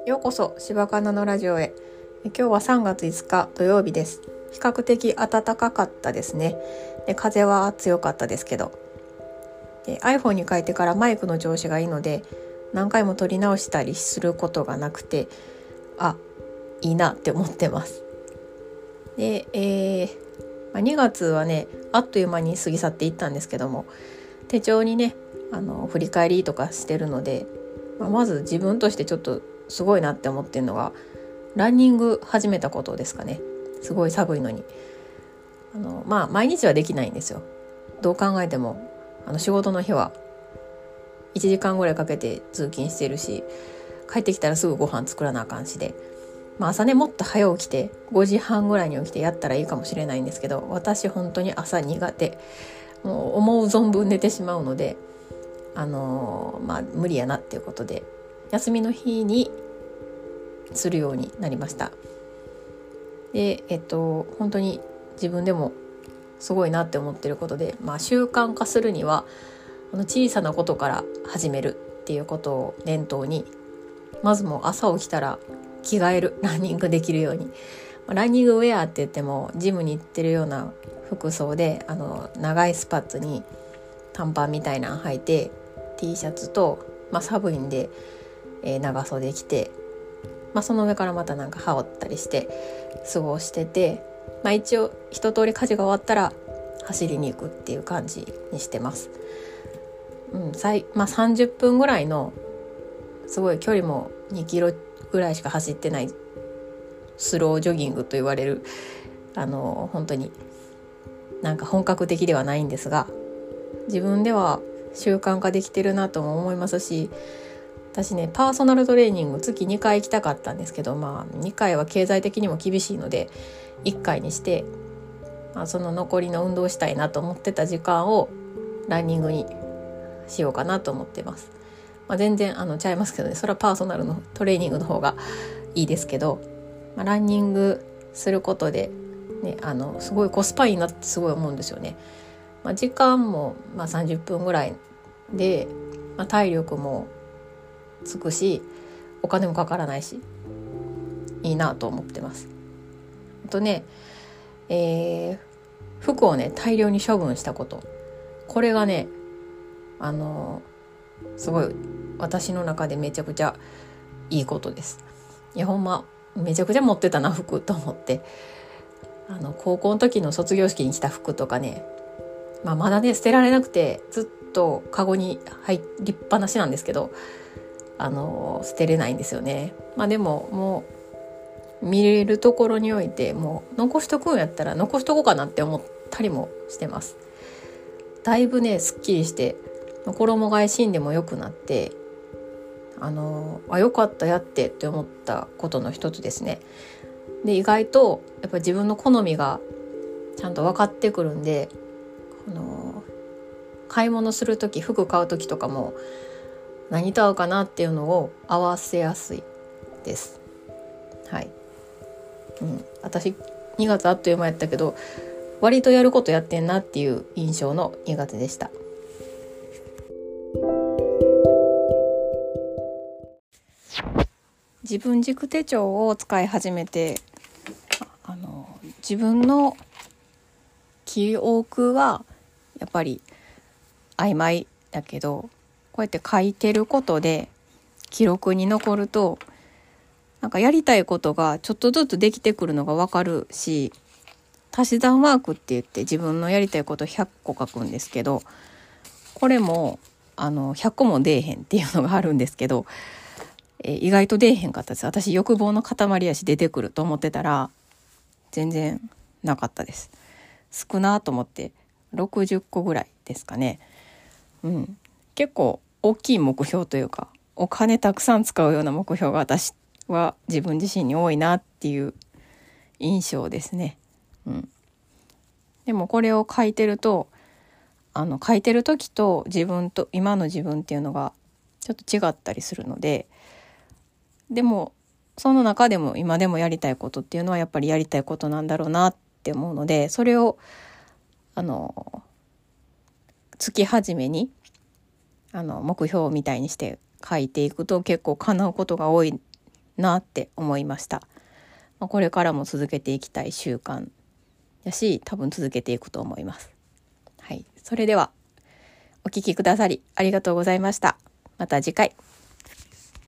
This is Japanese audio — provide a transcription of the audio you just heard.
ようこそ柴かなのラジオへ。今日は3月5日土曜日です。比較的暖かかったですね。で、風は強かったですけど、iPhone に変えてからマイクの調子がいいので何回も撮り直したりすることがなくて、いいなって思ってます。で、2月はねあっという間に過ぎ去っていったんですけども、手帳にね振り返りとかしてるので、まず自分としてちょっとすごいなって思ってるのがランニング始めたことですかね。すごい寒いのに毎日はできないんですよ。どう考えても仕事の日は1時間ぐらいかけて通勤してるし、帰ってきたらすぐご飯作らなあかんしで、朝ねもっと早起きて5時半ぐらいに起きてやったらいいかもしれないんですけど、私本当に朝苦手、もう思う存分寝てしまうので無理やなっていうことで休みの日にするようになりました。で本当に自分でもすごいなって思ってることで、習慣化するには小さなことから始めるっていうことを念頭に、まずもう朝起きたら着替える、ランニングできるように、ランニングウェアって言ってもジムに行ってるような服装で長いスパッツに短パンみたいなの履いて T シャツと、寒いんで、長袖着て、その上からまたなんか羽織ったりして過ごしてて、一応一通り家事が終わったら走りに行くっていう感じにしてます。30分ぐらいのすごい距離も2キロぐらいしか走ってないスロージョギングと言われる本当になんか本格的ではないんですが、自分では習慣化できてるなとも思いますし、私ねパーソナルトレーニング月2回行きたかったんですけど、2回は経済的にも厳しいので1回にして、その残りの運動したいなと思ってた時間をランニングにしようかなと思ってます。全然ちゃいますけどね、それはパーソナルのトレーニングの方がいいですけど、ランニングすることで、ね、すごいコスパいいなってすごい思うんですよね。時間も30分ぐらいで、体力もつくしお金もかからないしいいなと思ってます。あとね、服をね大量に処分したこと、これがねすごい私の中でめちゃくちゃいいことです。いやほんまめちゃくちゃ持ってたな服と思って、高校の時の卒業式に着た服とかね、まだね捨てられなくてずっとカゴに入りっぱなしなんですけど、捨てれないんですよね。でももう見れるところにおいてもう残しとくんやったら残しとこうかなって思ったりもしてます。だいぶねすっきりして衣替えしんでも良くなって、よかったやって思ったことの一つですね。で意外とやっぱ自分の好みがちゃんと分かってくるんで、買い物する時服買う時とかも何と合うかなっていうのを合わせやすいです。私2月あっという間やったけど割とやることやってんなっていう印象の2月でした。自分軸手帳を使い始めて自分の記憶はやっぱり曖昧だけど、こうやって書いてることで記録に残るとなんかやりたいことがちょっとずつできてくるのが分かるし、足し算ワークって言って自分のやりたいこと100個書くんですけど、これも100個も出えへんっていうのがあるんですけど、意外と出えへんかったです。私欲望の塊やし出てくると思ってたら全然なかったです。少なと思って60個ぐらいですかね。結構大きい目標というかお金たくさん使うような目標が私は自分自身に多いなっていう印象ですね。でもこれを書いてると書いてる時と今の自分っていうのがちょっと違ったりするので、でもその中でも今でもやりたいことっていうのはやっぱりやりたいことなんだろうなって思うので、それを月始めに目標みたいにして書いていくと結構叶うことが多いなって思いました。これからも続けていきたい習慣やし、多分続けていくと思います。はい、それではお聞きくださりありがとうございました。また次回。